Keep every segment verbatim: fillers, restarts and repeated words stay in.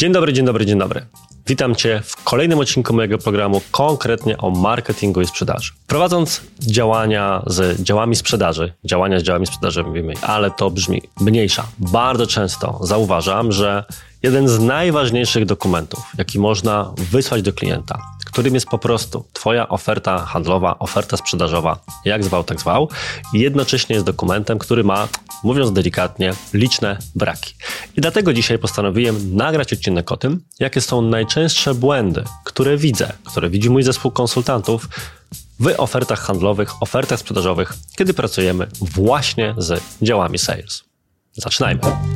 Dzień dobry, dzień dobry, dzień dobry. Witam Cię w kolejnym odcinku mojego programu, konkretnie o marketingu i sprzedaży. Prowadząc działania z działami sprzedaży, działania z działami sprzedaży mówimy, ale to brzmi mniejsza. Bardzo często zauważam, że jeden z najważniejszych dokumentów, jaki można wysłać do klienta, którym jest po prostu Twoja oferta handlowa, oferta sprzedażowa, jak zwał, tak zwał, i jednocześnie jest dokumentem, który ma, mówiąc delikatnie, liczne braki. I dlatego dzisiaj postanowiłem nagrać odcinek o tym, jakie są najczęstsze błędy, które widzę, które widzi mój zespół konsultantów w ofertach handlowych, ofertach sprzedażowych, kiedy pracujemy właśnie z działami sales. Zaczynajmy.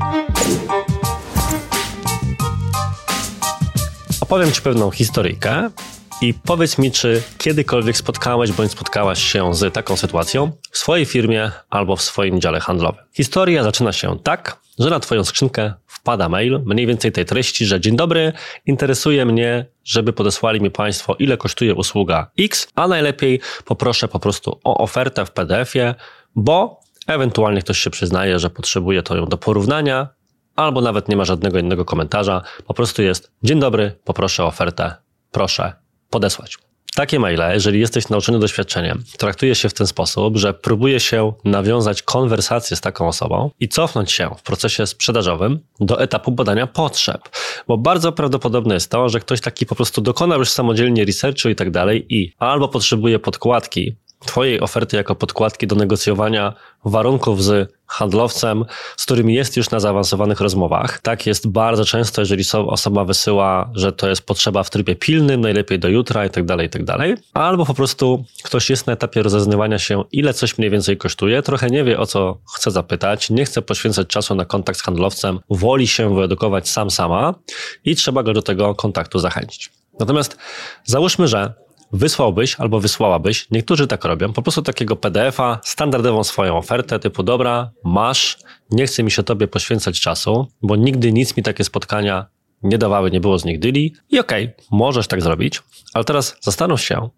Opowiem Ci pewną historyjkę i powiedz mi, czy kiedykolwiek spotkałeś bądź spotkałaś się z taką sytuacją w swojej firmie albo w swoim dziale handlowym. Historia zaczyna się tak, że na Twoją skrzynkę wpada mail mniej więcej tej treści, że dzień dobry, interesuje mnie, żeby podesłali mi Państwo, ile kosztuje usługa X, a najlepiej poproszę po prostu o ofertę w P D F-ie, bo ewentualnie ktoś się przyznaje, że potrzebuje to ją do porównania, albo nawet nie ma żadnego innego komentarza, po prostu jest dzień dobry, poproszę o ofertę, proszę podesłać. Takie maile, jeżeli jesteś nauczony doświadczeniem, traktuje się w ten sposób, że próbuje się nawiązać konwersację z taką osobą i cofnąć się w procesie sprzedażowym do etapu badania potrzeb. Bo bardzo prawdopodobne jest to, że ktoś taki po prostu dokonał już samodzielnie researchu i tak dalej i albo potrzebuje podkładki, Twojej oferty jako podkładki do negocjowania warunków z handlowcem, z którym jest już na zaawansowanych rozmowach. Tak jest bardzo często, jeżeli osoba wysyła, że to jest potrzeba w trybie pilnym, najlepiej do jutra i tak dalej, i tak dalej. Albo po prostu ktoś jest na etapie rozeznawania się, ile coś mniej więcej kosztuje, trochę nie wie, o co chce zapytać, nie chce poświęcać czasu na kontakt z handlowcem, woli się wyedukować sam sama i trzeba go do tego kontaktu zachęcić. Natomiast załóżmy, że wysłałbyś albo wysłałabyś, niektórzy tak robią, po prostu takiego P D F-a, standardową swoją ofertę typu dobra, masz, nie chce mi się Tobie poświęcać czasu, bo nigdy nic mi takie spotkania nie dawały, nie było z nich deali i okej, okay, możesz tak zrobić, ale teraz zastanów się,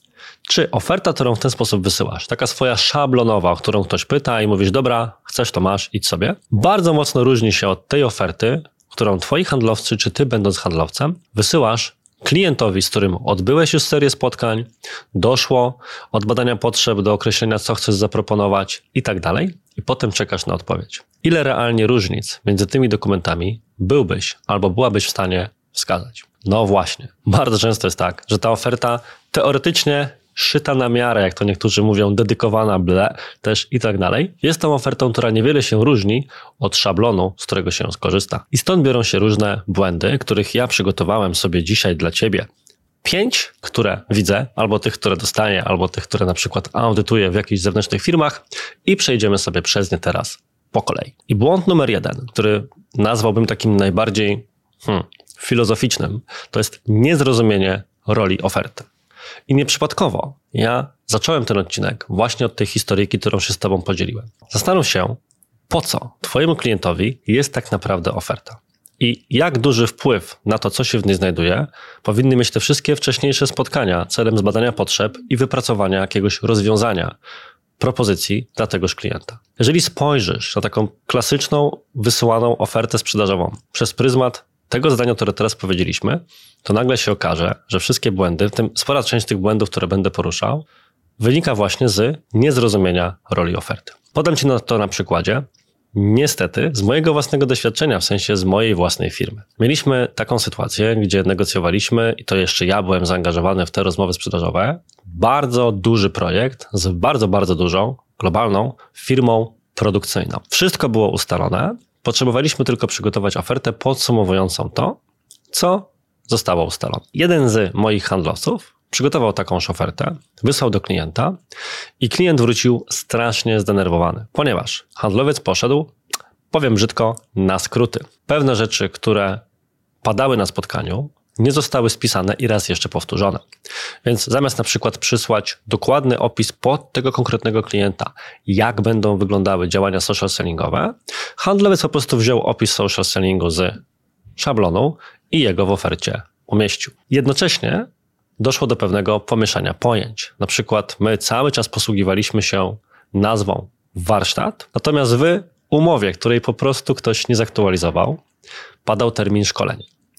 czy oferta, którą w ten sposób wysyłasz, taka swoja szablonowa, o którą ktoś pyta i mówisz dobra, chcesz to masz, idź sobie, bardzo mocno różni się od tej oferty, którą Twoi handlowcy, czy Ty będąc handlowcem, wysyłasz klientowi, z którym odbyłeś już serię spotkań, doszło od badania potrzeb do określenia, co chcesz zaproponować i tak dalej, i potem czekasz na odpowiedź. Ile realnie różnic między tymi dokumentami byłbyś albo byłabyś w stanie wskazać? No właśnie, bardzo często jest tak, że ta oferta teoretycznie szyta na miarę, jak to niektórzy mówią, dedykowana, ble, też i tak dalej, jest tą ofertą, która niewiele się różni od szablonu, z którego się skorzysta. I stąd biorą się różne błędy, których ja przygotowałem sobie dzisiaj dla Ciebie. Pięć, które widzę, albo tych, które dostaję, albo tych, które na przykład audytuję w jakichś zewnętrznych firmach i przejdziemy sobie przez nie teraz po kolei. I błąd numer jeden, który nazwałbym takim najbardziej hmm, filozoficznym, to jest niezrozumienie roli oferty. I nieprzypadkowo ja zacząłem ten odcinek właśnie od tej historyjki, którą się z Tobą podzieliłem. Zastanów się, po co Twojemu klientowi jest tak naprawdę oferta. I jak duży wpływ na to, co się w niej znajduje, powinny mieć te wszystkie wcześniejsze spotkania celem zbadania potrzeb i wypracowania jakiegoś rozwiązania, propozycji dla tegoż klienta. Jeżeli spojrzysz na taką klasyczną, wysyłaną ofertę sprzedażową przez pryzmat tego zdania, które teraz powiedzieliśmy, to nagle się okaże, że wszystkie błędy, w tym spora część tych błędów, które będę poruszał, wynika właśnie z niezrozumienia roli oferty. Podam Ci na to na przykładzie, niestety, z mojego własnego doświadczenia, w sensie z mojej własnej firmy. Mieliśmy taką sytuację, gdzie negocjowaliśmy, i to jeszcze ja byłem zaangażowany w te rozmowy sprzedażowe, bardzo duży projekt z bardzo, bardzo dużą, globalną firmą produkcyjną. Wszystko było ustalone, potrzebowaliśmy tylko przygotować ofertę podsumowującą to, co zostało ustalone. Jeden z moich handlowców przygotował takąż ofertę, wysłał do klienta i klient wrócił strasznie zdenerwowany, ponieważ handlowiec poszedł, powiem brzydko, na skróty. Pewne rzeczy, które padały na spotkaniu, nie zostały spisane i raz jeszcze powtórzone. Więc zamiast na przykład przysłać dokładny opis pod tego konkretnego klienta, jak będą wyglądały działania social sellingowe, handlowiec po prostu wziął opis social sellingu z szablonu i jego w ofercie umieścił. Jednocześnie doszło do pewnego pomieszania pojęć. Na przykład my cały czas posługiwaliśmy się nazwą warsztat, natomiast w umowie, której po prostu ktoś nie zaktualizował, padał termin szkolenie.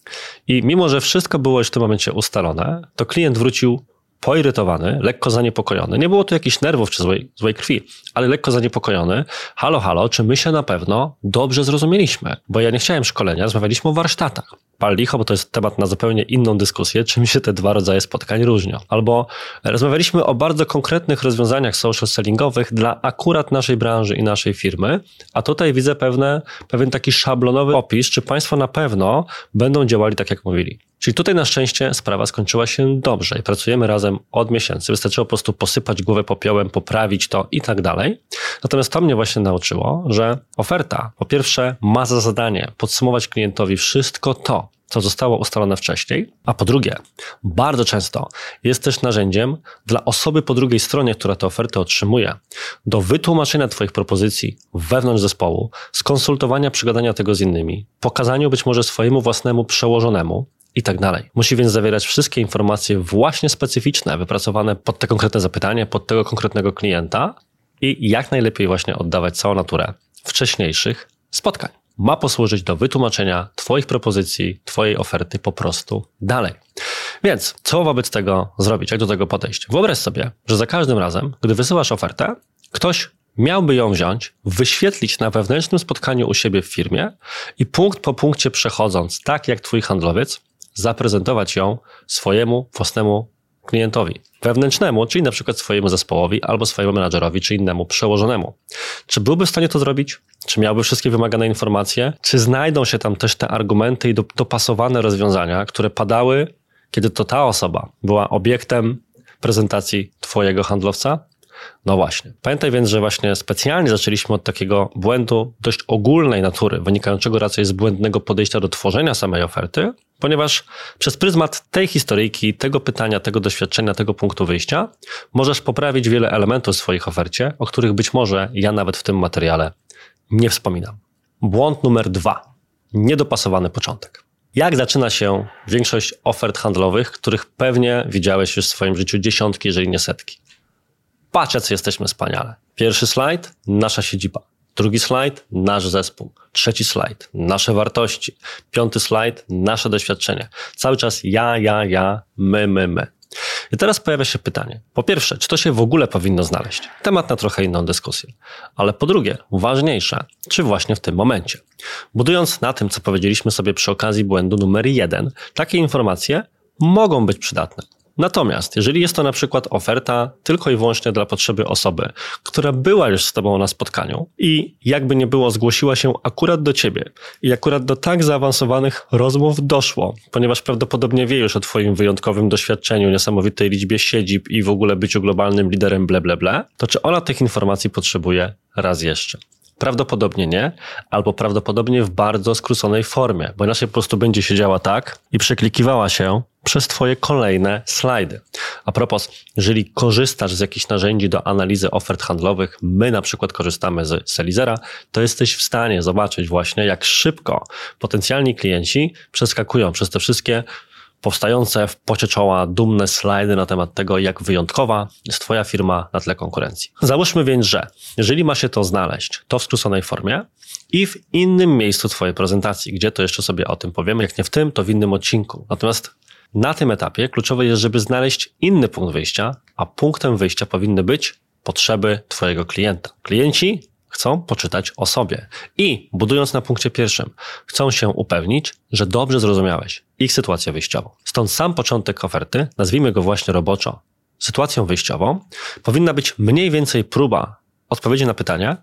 I mimo, że wszystko było już w tym momencie ustalone, to klient wrócił poirytowany, lekko zaniepokojony. Nie było tu jakichś nerwów czy złej, złej krwi, ale lekko zaniepokojony. Halo, halo, czy my się na pewno dobrze zrozumieliśmy? Bo ja nie chciałem szkolenia, rozmawialiśmy o warsztatach. Pal licho, bo to jest temat na zupełnie inną dyskusję, czym się te dwa rodzaje spotkań różnią. Albo rozmawialiśmy o bardzo konkretnych rozwiązaniach social sellingowych dla akurat naszej branży i naszej firmy, a tutaj widzę pewne, pewien taki szablonowy opis, czy Państwo na pewno będą działali tak, jak mówili. Czyli tutaj na szczęście sprawa skończyła się dobrze i pracujemy razem od miesięcy. Wystarczyło po prostu posypać głowę popiołem, poprawić to i tak dalej. Natomiast to mnie właśnie nauczyło, że oferta po pierwsze ma za zadanie podsumować klientowi wszystko to, co zostało ustalone wcześniej, a po drugie, bardzo często jest też narzędziem dla osoby po drugiej stronie, która tę ofertę otrzymuje, do wytłumaczenia Twoich propozycji wewnątrz zespołu, skonsultowania, przegadania tego z innymi, pokazaniu być może swojemu własnemu przełożonemu, i tak dalej. Musi więc zawierać wszystkie informacje właśnie specyficzne, wypracowane pod te konkretne zapytanie, pod tego konkretnego klienta i jak najlepiej właśnie oddawać całą naturę wcześniejszych spotkań. Ma posłużyć do wytłumaczenia Twoich propozycji, Twojej oferty po prostu dalej. Więc co wobec tego zrobić? Jak do tego podejść? Wyobraź sobie, że za każdym razem, gdy wysyłasz ofertę, ktoś miałby ją wziąć, wyświetlić na wewnętrznym spotkaniu u siebie w firmie i punkt po punkcie przechodząc, tak jak Twój handlowiec, zaprezentować ją swojemu własnemu klientowi wewnętrznemu, czyli na przykład swojemu zespołowi albo swojemu menadżerowi, czy innemu przełożonemu. Czy byłby w stanie to zrobić? Czy miałby wszystkie wymagane informacje? Czy znajdą się tam też te argumenty i do, dopasowane rozwiązania, które padały, kiedy to ta osoba była obiektem prezentacji Twojego handlowca? No właśnie. Pamiętaj więc, że właśnie specjalnie zaczęliśmy od takiego błędu dość ogólnej natury, wynikającego raczej z błędnego podejścia do tworzenia samej oferty, ponieważ przez pryzmat tej historyjki, tego pytania, tego doświadczenia, tego punktu wyjścia możesz poprawić wiele elementów w swojej ofercie, o których być może ja nawet w tym materiale nie wspominam. Błąd numer dwa. Niedopasowany początek. Jak zaczyna się większość ofert handlowych, których pewnie widziałeś już w swoim życiu dziesiątki, jeżeli nie setki? Patrz, jacy jesteśmy wspaniale. Pierwszy slajd, nasza siedziba. Drugi slajd, nasz zespół. Trzeci slajd, nasze wartości. Piąty slajd, nasze doświadczenie. Cały czas ja, ja, ja, my, my, my. I teraz pojawia się pytanie. Po pierwsze, czy to się w ogóle powinno znaleźć? Temat na trochę inną dyskusję. Ale po drugie, ważniejsze, czy właśnie w tym momencie? Budując na tym, co powiedzieliśmy sobie przy okazji błędu numer jeden, takie informacje mogą być przydatne. Natomiast jeżeli jest to na przykład oferta tylko i wyłącznie dla potrzeby osoby, która była już z Tobą na spotkaniu i jakby nie było zgłosiła się akurat do Ciebie i akurat do tak zaawansowanych rozmów doszło, ponieważ prawdopodobnie wie już o Twoim wyjątkowym doświadczeniu, niesamowitej liczbie siedzib i w ogóle byciu globalnym liderem ble, ble, ble, to czy ona tych informacji potrzebuje raz jeszcze? Prawdopodobnie nie, albo prawdopodobnie w bardzo skróconej formie, bo inaczej po prostu będzie siedziała tak i przeklikiwała się przez Twoje kolejne slajdy. A propos, jeżeli korzystasz z jakichś narzędzi do analizy ofert handlowych, my na przykład korzystamy z Selizera, to jesteś w stanie zobaczyć właśnie, jak szybko potencjalni klienci przeskakują przez te wszystkie powstające w pocie czoła dumne slajdy na temat tego, jak wyjątkowa jest Twoja firma na tle konkurencji. Załóżmy więc, że jeżeli ma się to znaleźć, to w skróconej formie i w innym miejscu Twojej prezentacji, gdzie to jeszcze sobie o tym powiemy, jak nie w tym, to w innym odcinku. Natomiast na tym etapie kluczowe jest, żeby znaleźć inny punkt wyjścia, a punktem wyjścia powinny być potrzeby Twojego klienta. Klienci chcą poczytać o sobie i budując na punkcie pierwszym, chcą się upewnić, że dobrze zrozumiałeś ich sytuację wyjściową. Stąd sam początek oferty, nazwijmy go właśnie roboczo sytuacją wyjściową, powinna być mniej więcej próba odpowiedzi na pytania,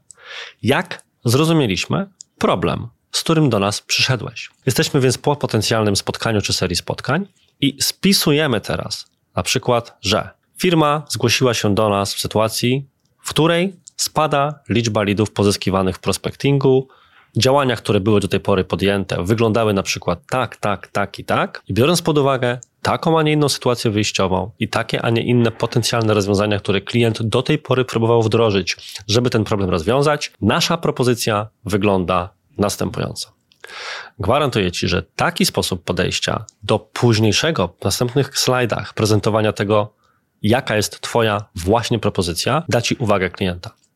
jak zrozumieliśmy problem, z którym do nas przyszedłeś. Jesteśmy więc po potencjalnym spotkaniu czy serii spotkań i spisujemy teraz na przykład, że firma zgłosiła się do nas w sytuacji, w której spada liczba leadów pozyskiwanych w prospectingu, działania, które były do tej pory podjęte, wyglądały na przykład tak, tak, tak i tak. I biorąc pod uwagę taką, a nie inną sytuację wyjściową i takie, a nie inne potencjalne rozwiązania, które klient do tej pory próbował wdrożyć, żeby ten problem rozwiązać, nasza propozycja wygląda następująco. Gwarantuję Ci, że taki sposób podejścia do późniejszego, w następnych slajdach prezentowania tego, jaka jest Twoja właśnie propozycja, da Ci uwagę klienta.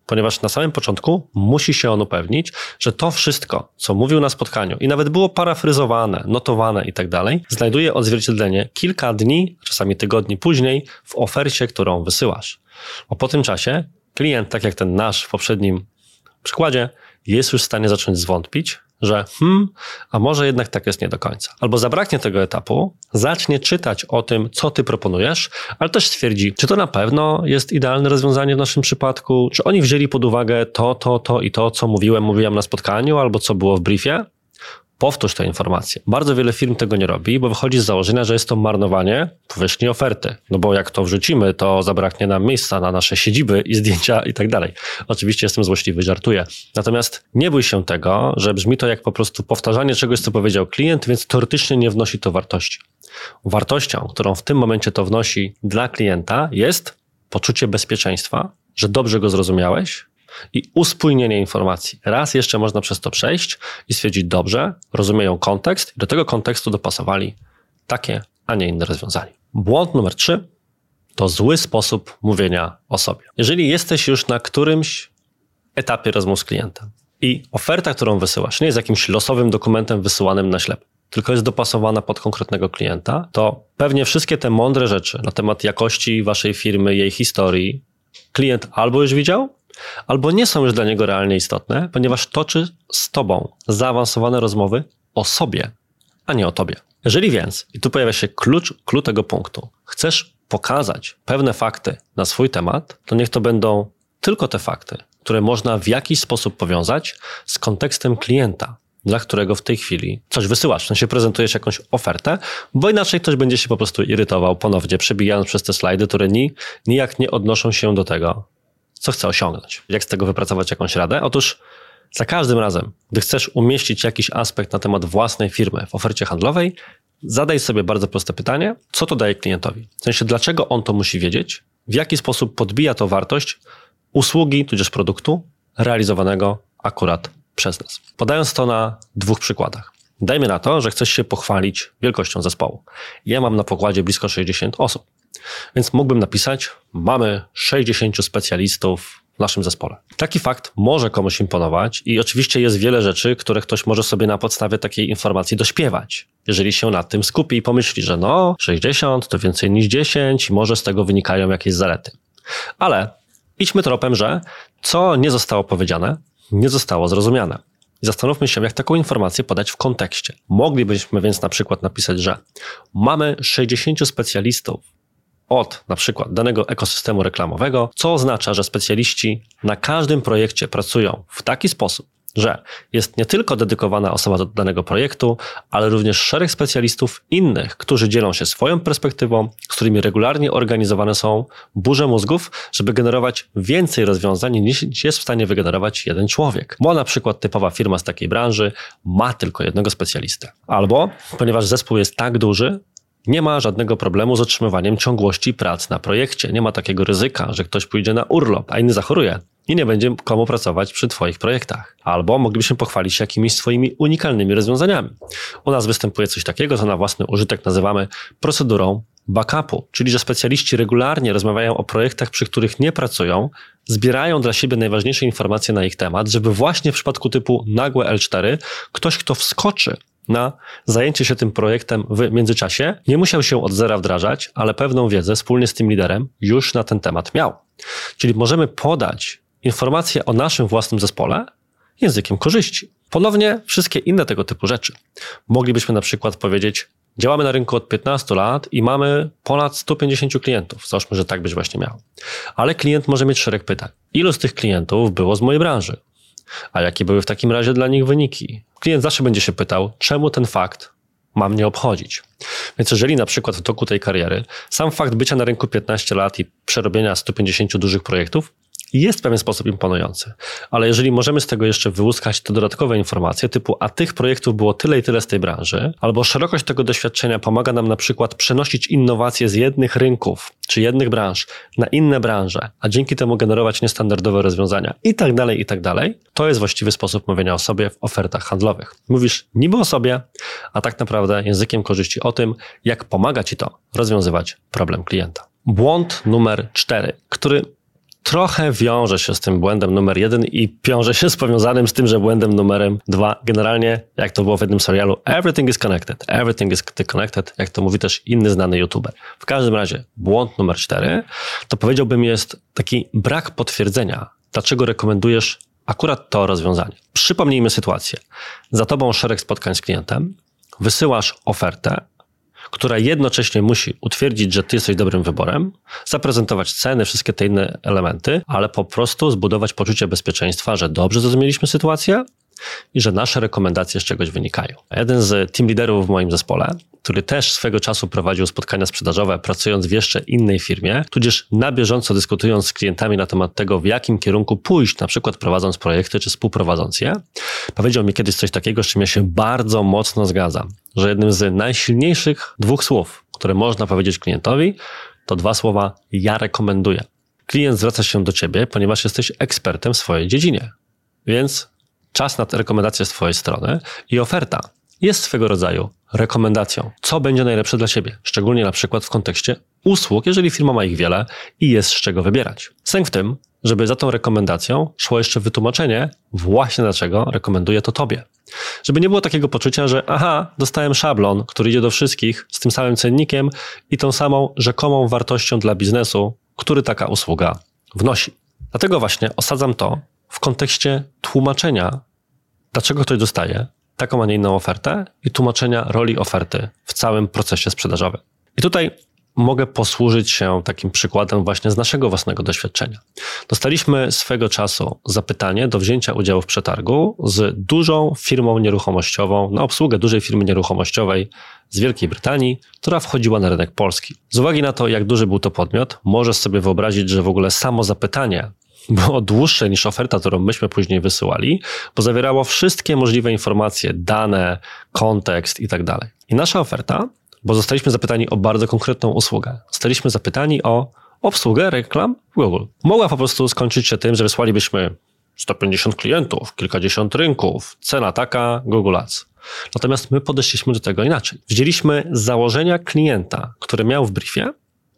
ponieważ na samym początku musi się on upewnić, że to wszystko, co mówił na spotkaniu i nawet było parafryzowane, notowane i tak dalej, znajduje odzwierciedlenie kilka dni, czasami tygodni później w ofercie, którą wysyłasz. Bo po tym czasie klient, tak jak ten nasz w poprzednim przykładzie, jest już w stanie zacząć zwątpić, że hmm, a może jednak tak jest nie do końca. Albo zabraknie tego etapu, zacznie czytać o tym, co ty proponujesz, ale też stwierdzi, czy to na pewno jest idealne rozwiązanie w naszym przypadku, czy oni wzięli pod uwagę to, to, to i to, co mówiłem, mówiłam na spotkaniu, albo co było w briefie. Powtórz te informacje. Bardzo wiele firm tego nie robi, bo wychodzi z założenia, że jest to marnowanie powierzchni oferty. No bo jak to wrzucimy, to zabraknie nam miejsca na nasze siedziby i zdjęcia i tak dalej. Oczywiście jestem złośliwy, żartuję. Natomiast nie bój się tego, że brzmi to jak po prostu powtarzanie czegoś, co powiedział klient, więc teoretycznie nie wnosi to wartości. Wartością, którą w tym momencie to wnosi dla klienta, jest poczucie bezpieczeństwa, że dobrze go zrozumiałeś, i uspójnienie informacji. Raz jeszcze można przez to przejść i stwierdzić, dobrze, rozumieją kontekst i do tego kontekstu dopasowali takie, a nie inne rozwiązanie. Błąd numer trzy to zły sposób mówienia o sobie. Jeżeli jesteś już na którymś etapie rozmów z klientem i oferta, którą wysyłasz, nie jest jakimś losowym dokumentem wysyłanym na ślepo, tylko jest dopasowana pod konkretnego klienta, to pewnie wszystkie te mądre rzeczy na temat jakości waszej firmy, jej historii, klient albo już widział, albo nie są już dla niego realnie istotne, ponieważ toczy z tobą zaawansowane rozmowy o sobie, a nie o tobie. Jeżeli więc, i tu pojawia się klucz, klucz tego punktu, chcesz pokazać pewne fakty na swój temat, to niech to będą tylko te fakty, które można w jakiś sposób powiązać z kontekstem klienta, dla którego w tej chwili coś wysyłasz, w sensie prezentujesz jakąś ofertę, bo inaczej ktoś będzie się po prostu irytował ponownie, przebijając przez te slajdy, które ni, nijak nie odnoszą się do tego, co chce osiągnąć. Jak z tego wypracować jakąś radę? Otóż za każdym razem, gdy chcesz umieścić jakiś aspekt na temat własnej firmy w ofercie handlowej, zadaj sobie bardzo proste pytanie, co to daje klientowi? W sensie, dlaczego on to musi wiedzieć? W jaki sposób podbija to wartość usługi, tudzież produktu realizowanego akurat przez nas. Podając to na dwóch przykładach. Dajmy na to, że chcesz się pochwalić wielkością zespołu. Ja mam na pokładzie blisko sześćdziesiąt osób. Więc mógłbym napisać, mamy sześćdziesięciu specjalistów w naszym zespole. Taki fakt może komuś imponować i oczywiście jest wiele rzeczy, które ktoś może sobie na podstawie takiej informacji dośpiewać. Jeżeli się nad tym skupi i pomyśli, że no sześćdziesiąt to więcej niż dziesięć i może z tego wynikają jakieś zalety. Ale idźmy tropem, że co nie zostało powiedziane, nie zostało zrozumiane. I zastanówmy się, jak taką informację podać w kontekście. Moglibyśmy więc na przykład napisać, że mamy sześćdziesięciu specjalistów od na przykład danego ekosystemu reklamowego, co oznacza, że specjaliści na każdym projekcie pracują w taki sposób, że jest nie tylko dedykowana osoba do danego projektu, ale również szereg specjalistów innych, którzy dzielą się swoją perspektywą, z którymi regularnie organizowane są burze mózgów, żeby generować więcej rozwiązań niż jest w stanie wygenerować jeden człowiek. Bo na przykład typowa firma z takiej branży ma tylko jednego specjalistę. Albo, ponieważ zespół jest tak duży, nie ma żadnego problemu z otrzymywaniem ciągłości prac na projekcie. Nie ma takiego ryzyka, że ktoś pójdzie na urlop, a inny zachoruje i nie będzie komu pracować przy twoich projektach. Albo moglibyśmy pochwalić się jakimiś swoimi unikalnymi rozwiązaniami. U nas występuje coś takiego, co na własny użytek nazywamy procedurą backupu, czyli że specjaliści regularnie rozmawiają o projektach, przy których nie pracują, zbierają dla siebie najważniejsze informacje na ich temat, żeby właśnie w przypadku typu nagłe L cztery ktoś, kto wskoczy na zajęcie się tym projektem w międzyczasie, nie musiał się od zera wdrażać, ale pewną wiedzę wspólnie z tym liderem już na ten temat miał. Czyli możemy podać informacje o naszym własnym zespole językiem korzyści. Ponownie wszystkie inne tego typu rzeczy. Moglibyśmy na przykład powiedzieć, działamy na rynku od piętnastu lat i mamy ponad stu pięćdziesięciu klientów. Załóżmy, że tak być właśnie miało. Ale klient może mieć szereg pytań. Ilu z tych klientów było z mojej branży? A jakie były w takim razie dla nich wyniki? Klient zawsze będzie się pytał, czemu ten fakt ma mnie obchodzić. Więc jeżeli na przykład w toku tej kariery sam fakt bycia na rynku piętnaście lat i przerobienia stu pięćdziesięciu dużych projektów jest w pewien sposób imponujący. Ale jeżeli możemy z tego jeszcze wyłuskać te dodatkowe informacje typu, a tych projektów było tyle i tyle z tej branży, albo szerokość tego doświadczenia pomaga nam na przykład przenosić innowacje z jednych rynków czy jednych branż na inne branże, a dzięki temu generować niestandardowe rozwiązania i tak dalej, i tak dalej, to jest właściwy sposób mówienia o sobie w ofertach handlowych. Mówisz niby o sobie, a tak naprawdę językiem korzyści o tym, jak pomaga ci to rozwiązywać problem klienta. Błąd numer cztery, który trochę wiąże się z tym błędem numer jeden i wiąże się z powiązanym z tym, że błędem numerem dwa. Generalnie, jak to było w jednym serialu, everything is connected, everything is connected, jak to mówi też inny znany youtuber. W każdym razie, błąd numer cztery, to powiedziałbym jest taki brak potwierdzenia, dlaczego rekomendujesz akurat to rozwiązanie. Przypomnijmy sytuację. Za tobą szereg spotkań z klientem, wysyłasz ofertę, która jednocześnie musi utwierdzić, że ty jesteś dobrym wyborem, zaprezentować ceny, wszystkie te inne elementy, ale po prostu zbudować poczucie bezpieczeństwa, że dobrze zrozumieliśmy sytuację i że nasze rekomendacje z czegoś wynikają. Jeden z team liderów w moim zespole, który też swego czasu prowadził spotkania sprzedażowe, pracując w jeszcze innej firmie, tudzież na bieżąco dyskutując z klientami na temat tego, w jakim kierunku pójść, na przykład prowadząc projekty czy współprowadząc je, powiedział mi kiedyś coś takiego, z czym ja się bardzo mocno zgadzam, że jednym z najsilniejszych dwóch słów, które można powiedzieć klientowi, to dwa słowa ja rekomenduję. Klient zwraca się do ciebie, ponieważ jesteś ekspertem w swojej dziedzinie, więc czas na rekomendację z twojej strony i oferta jest swego rodzaju rekomendacją. Co będzie najlepsze dla ciebie? Szczególnie na przykład w kontekście usług, jeżeli firma ma ich wiele i jest z czego wybierać. Sęk w tym, żeby za tą rekomendacją szło jeszcze wytłumaczenie właśnie dlaczego rekomenduję to tobie. Żeby nie było takiego poczucia, że aha, dostałem szablon, który idzie do wszystkich z tym samym cennikiem i tą samą rzekomą wartością dla biznesu, który taka usługa wnosi. Dlatego właśnie osadzam to w kontekście tłumaczenia, dlaczego ktoś dostaje taką, a nie inną ofertę i tłumaczenia roli oferty w całym procesie sprzedażowym. I tutaj mogę posłużyć się takim przykładem właśnie z naszego własnego doświadczenia. Dostaliśmy swego czasu zapytanie do wzięcia udziału w przetargu z dużą firmą nieruchomościową, na obsługę dużej firmy nieruchomościowej z Wielkiej Brytanii, która wchodziła na rynek polski. Z uwagi na to, jak duży był to podmiot, możesz sobie wyobrazić, że w ogóle samo zapytanie było dłuższe niż oferta, którą myśmy później wysyłali, bo zawierało wszystkie możliwe informacje, dane, kontekst i tak dalej. I nasza oferta, bo zostaliśmy zapytani o bardzo konkretną usługę. Zostaliśmy zapytani o obsługę reklam w Google. Mogła po prostu skończyć się tym, że wysłalibyśmy sto pięćdziesiąt klientów, kilkadziesiąt rynków, cena taka, Google Ads. Natomiast my podeszliśmy do tego inaczej. Wzięliśmy założenia klienta, które miał w briefie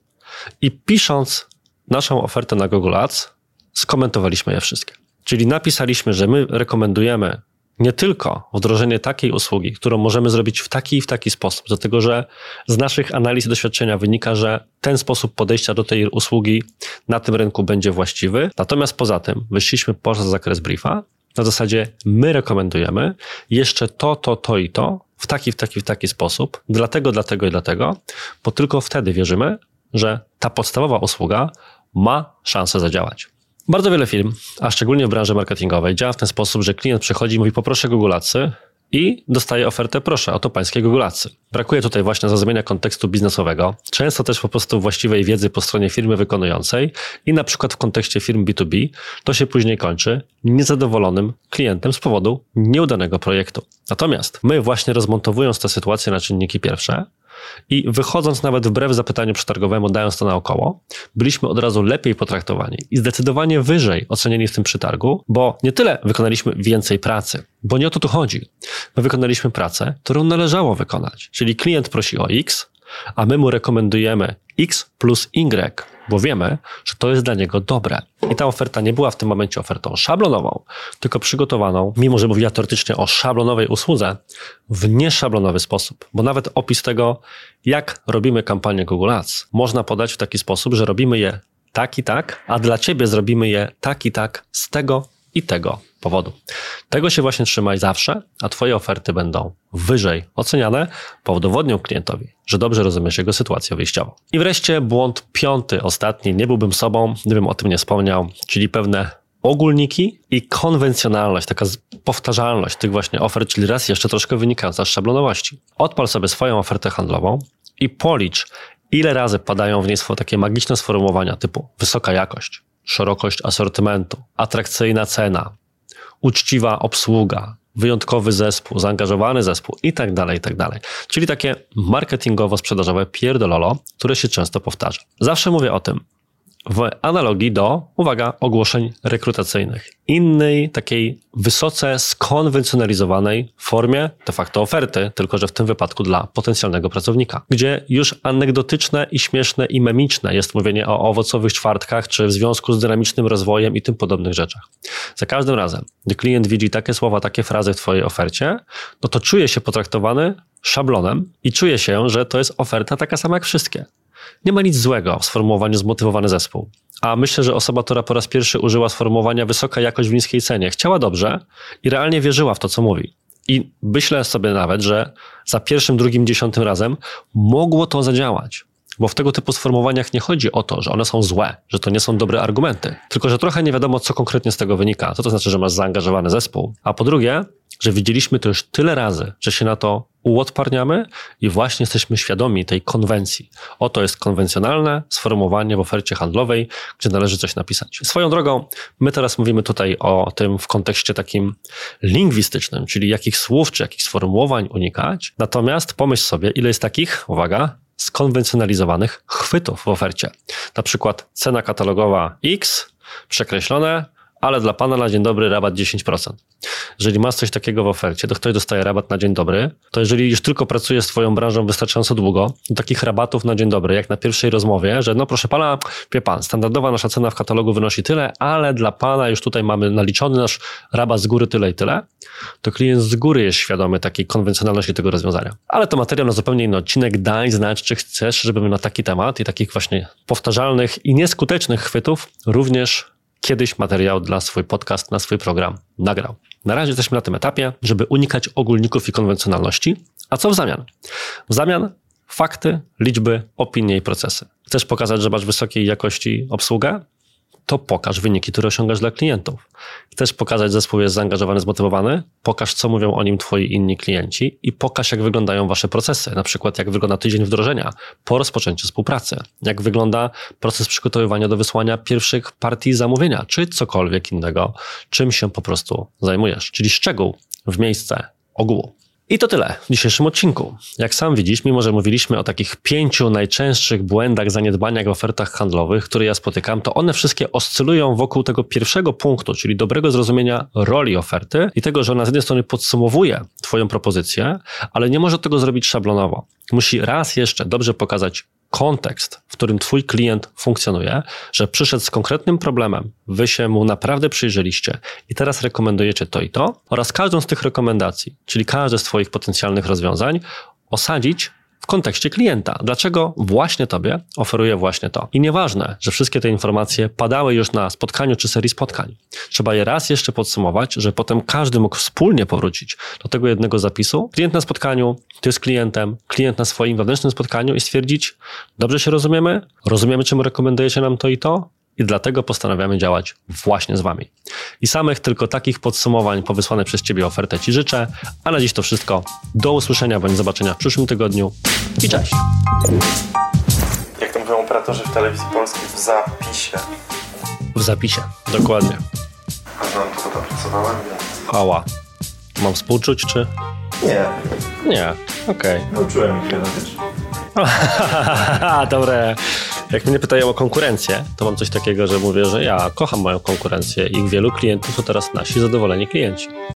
i pisząc naszą ofertę na Google Ads, skomentowaliśmy je wszystkie. Czyli napisaliśmy, że my rekomendujemy nie tylko wdrożenie takiej usługi, którą możemy zrobić w taki i w taki sposób, dlatego że z naszych analiz i doświadczenia wynika, że ten sposób podejścia do tej usługi na tym rynku będzie właściwy. Natomiast poza tym wyszliśmy poza zakres briefa. Na zasadzie my rekomendujemy jeszcze to, to, to i to w taki, w taki, w taki sposób, dlatego, dlatego i dlatego, bo tylko wtedy wierzymy, że ta podstawowa usługa ma szansę zadziałać. Bardzo wiele firm, a szczególnie w branży marketingowej, działa w ten sposób, że klient przychodzi i mówi poproszę Google Adsy i dostaje ofertę, proszę, oto pańskie Google Adsy. Brakuje tutaj właśnie zrozumienia kontekstu biznesowego, często też po prostu właściwej wiedzy po stronie firmy wykonującej i na przykład w kontekście firm B dwa B to się później kończy niezadowolonym klientem z powodu nieudanego projektu. Natomiast my właśnie rozmontowując tę sytuację na czynniki pierwsze i wychodząc nawet wbrew zapytaniu przetargowemu, dając to naokoło, byliśmy od razu lepiej potraktowani i zdecydowanie wyżej ocenieni w tym przetargu, bo nie tyle wykonaliśmy więcej pracy, bo nie o to tu chodzi. My wykonaliśmy pracę, którą należało wykonać, czyli klient prosi o X, a my mu rekomendujemy X plus Y, bo wiemy, że to jest dla niego dobre. I ta oferta nie była w tym momencie ofertą szablonową, tylko przygotowaną, mimo że mówiła teoretycznie o szablonowej usłudze, w nieszablonowy sposób. Bo nawet opis tego, jak robimy kampanię Google Ads, można podać w taki sposób, że robimy je tak i tak, a dla ciebie zrobimy je tak i tak z tego i tego powodu. Tego się właśnie trzymaj zawsze, a twoje oferty będą wyżej oceniane, bo udowodnią klientowi, że dobrze rozumiesz jego sytuację wyjściową. I wreszcie błąd piąty, ostatni, nie byłbym sobą, gdybym o tym nie wspomniał, czyli pewne ogólniki i konwencjonalność, taka powtarzalność tych właśnie ofert, czyli raz jeszcze troszkę wynikająca z szablonowości. Odpal sobie swoją ofertę handlową i policz, ile razy padają w niej takie magiczne sformułowania typu wysoka jakość, szerokość asortymentu, atrakcyjna cena, uczciwa obsługa, wyjątkowy zespół, zaangażowany zespół i tak dalej, i tak dalej. Czyli takie marketingowo-sprzedażowe pierdololo, które się często powtarza. Zawsze mówię o tym, w analogii do, uwaga, ogłoszeń rekrutacyjnych. Innej, takiej wysoce skonwencjonalizowanej formie de facto oferty, tylko że w tym wypadku dla potencjalnego pracownika, gdzie już anegdotyczne i śmieszne i memiczne jest mówienie o owocowych czwartkach, czy w związku z dynamicznym rozwojem i tym podobnych rzeczach. Za każdym razem, gdy klient widzi takie słowa, takie frazy w twojej ofercie, no to czuje się potraktowany szablonem i czuje się, że to jest oferta taka sama jak wszystkie. Nie ma nic złego w sformułowaniu zmotywowany zespół. A myślę, że osoba, która po raz pierwszy użyła sformułowania wysoka jakość w niskiej cenie, chciała dobrze i realnie wierzyła w to, co mówi. I myślę sobie nawet, że za pierwszym, drugim, dziesiątym razem mogło to zadziałać. Bo w tego typu sformułowaniach nie chodzi o to, że one są złe, że to nie są dobre argumenty. Tylko że trochę nie wiadomo, co konkretnie z tego wynika. Co to znaczy, że masz zaangażowany zespół. A po drugie, że widzieliśmy to już tyle razy, że się na to uodparniamy i właśnie jesteśmy świadomi tej konwencji. Oto jest konwencjonalne sformułowanie w ofercie handlowej, gdzie należy coś napisać. Swoją drogą, my teraz mówimy tutaj o tym w kontekście takim lingwistycznym, czyli jakich słów czy jakich sformułowań unikać. Natomiast pomyśl sobie, ile jest takich, uwaga, skonwencjonalizowanych chwytów w ofercie. Na przykład cena katalogowa X, przekreślone, ale dla pana na dzień dobry rabat dziesięć procent. Jeżeli masz coś takiego w ofercie, to ktoś dostaje rabat na dzień dobry, to jeżeli już tylko pracujesz z twoją branżą wystarczająco długo, to takich rabatów na dzień dobry, jak na pierwszej rozmowie, że no proszę pana, wie pan, standardowa nasza cena w katalogu wynosi tyle, ale dla pana już tutaj mamy naliczony nasz rabat z góry tyle i tyle, to klient z góry jest świadomy takiej konwencjonalności tego rozwiązania. Ale to materiał na zupełnie inny odcinek. Daj znać, czy chcesz, żebym na taki temat i takich właśnie powtarzalnych i nieskutecznych chwytów również kiedyś materiał dla swój podcast, na swój program nagrał. Na razie jesteśmy na tym etapie, żeby unikać ogólników i konwencjonalności. A co w zamian? W zamian fakty, liczby, opinie i procesy. Chcesz pokazać, że masz wysokiej jakości obsługę? To pokaż wyniki, które osiągasz dla klientów. Chcesz pokazać, że zespół jest zaangażowany, zmotywowany? Pokaż, co mówią o nim twoi inni klienci i pokaż, jak wyglądają wasze procesy. Na przykład, jak wygląda tydzień wdrożenia po rozpoczęciu współpracy. Jak wygląda proces przygotowywania do wysłania pierwszych partii zamówienia, czy cokolwiek innego, czym się po prostu zajmujesz. Czyli szczegół w miejsce ogółu. I to tyle w dzisiejszym odcinku. Jak sam widzisz, mimo że mówiliśmy o takich pięciu najczęstszych błędach, zaniedbaniach w ofertach handlowych, które ja spotykam, to one wszystkie oscylują wokół tego pierwszego punktu, czyli dobrego zrozumienia roli oferty i tego, że ona z jednej strony podsumowuje twoją propozycję, ale nie może tego zrobić szablonowo. Musi raz jeszcze dobrze pokazać kontekst, w którym twój klient funkcjonuje, że przyszedł z konkretnym problemem, wy się mu naprawdę przyjrzeliście i teraz rekomendujecie to i to oraz każdą z tych rekomendacji, czyli każde z twoich potencjalnych rozwiązań osadzić w kontekście klienta. Dlaczego właśnie tobie oferuje właśnie to? I nieważne, że wszystkie te informacje padały już na spotkaniu czy serii spotkań. Trzeba je raz jeszcze podsumować, że potem każdy mógł wspólnie powrócić do tego jednego zapisu. Klient na spotkaniu, ty z klientem, klient na swoim wewnętrznym spotkaniu i stwierdzić, dobrze się rozumiemy, rozumiemy, czym rekomendujecie nam to i to i dlatego postanawiamy działać właśnie z wami. I samych tylko takich podsumowań po wysłanej przez ciebie ofertę ci życzę, a na dziś to wszystko. Do usłyszenia bądź zobaczenia w przyszłym tygodniu i cześć. Jak to mówią operatorzy w telewizji polskiej, w zapisie. W zapisie, dokładnie. Znam, co tam pracowałem, więc... Ała. Mam współczuć, czy? Nie. Nie, okej. Okay. Nauczyłem ich wiele rzeczy. Dobre. Jak mnie pytają o konkurencję, to mam coś takiego, że mówię, że ja kocham moją konkurencję i wielu klientów to teraz nasi zadowoleni klienci.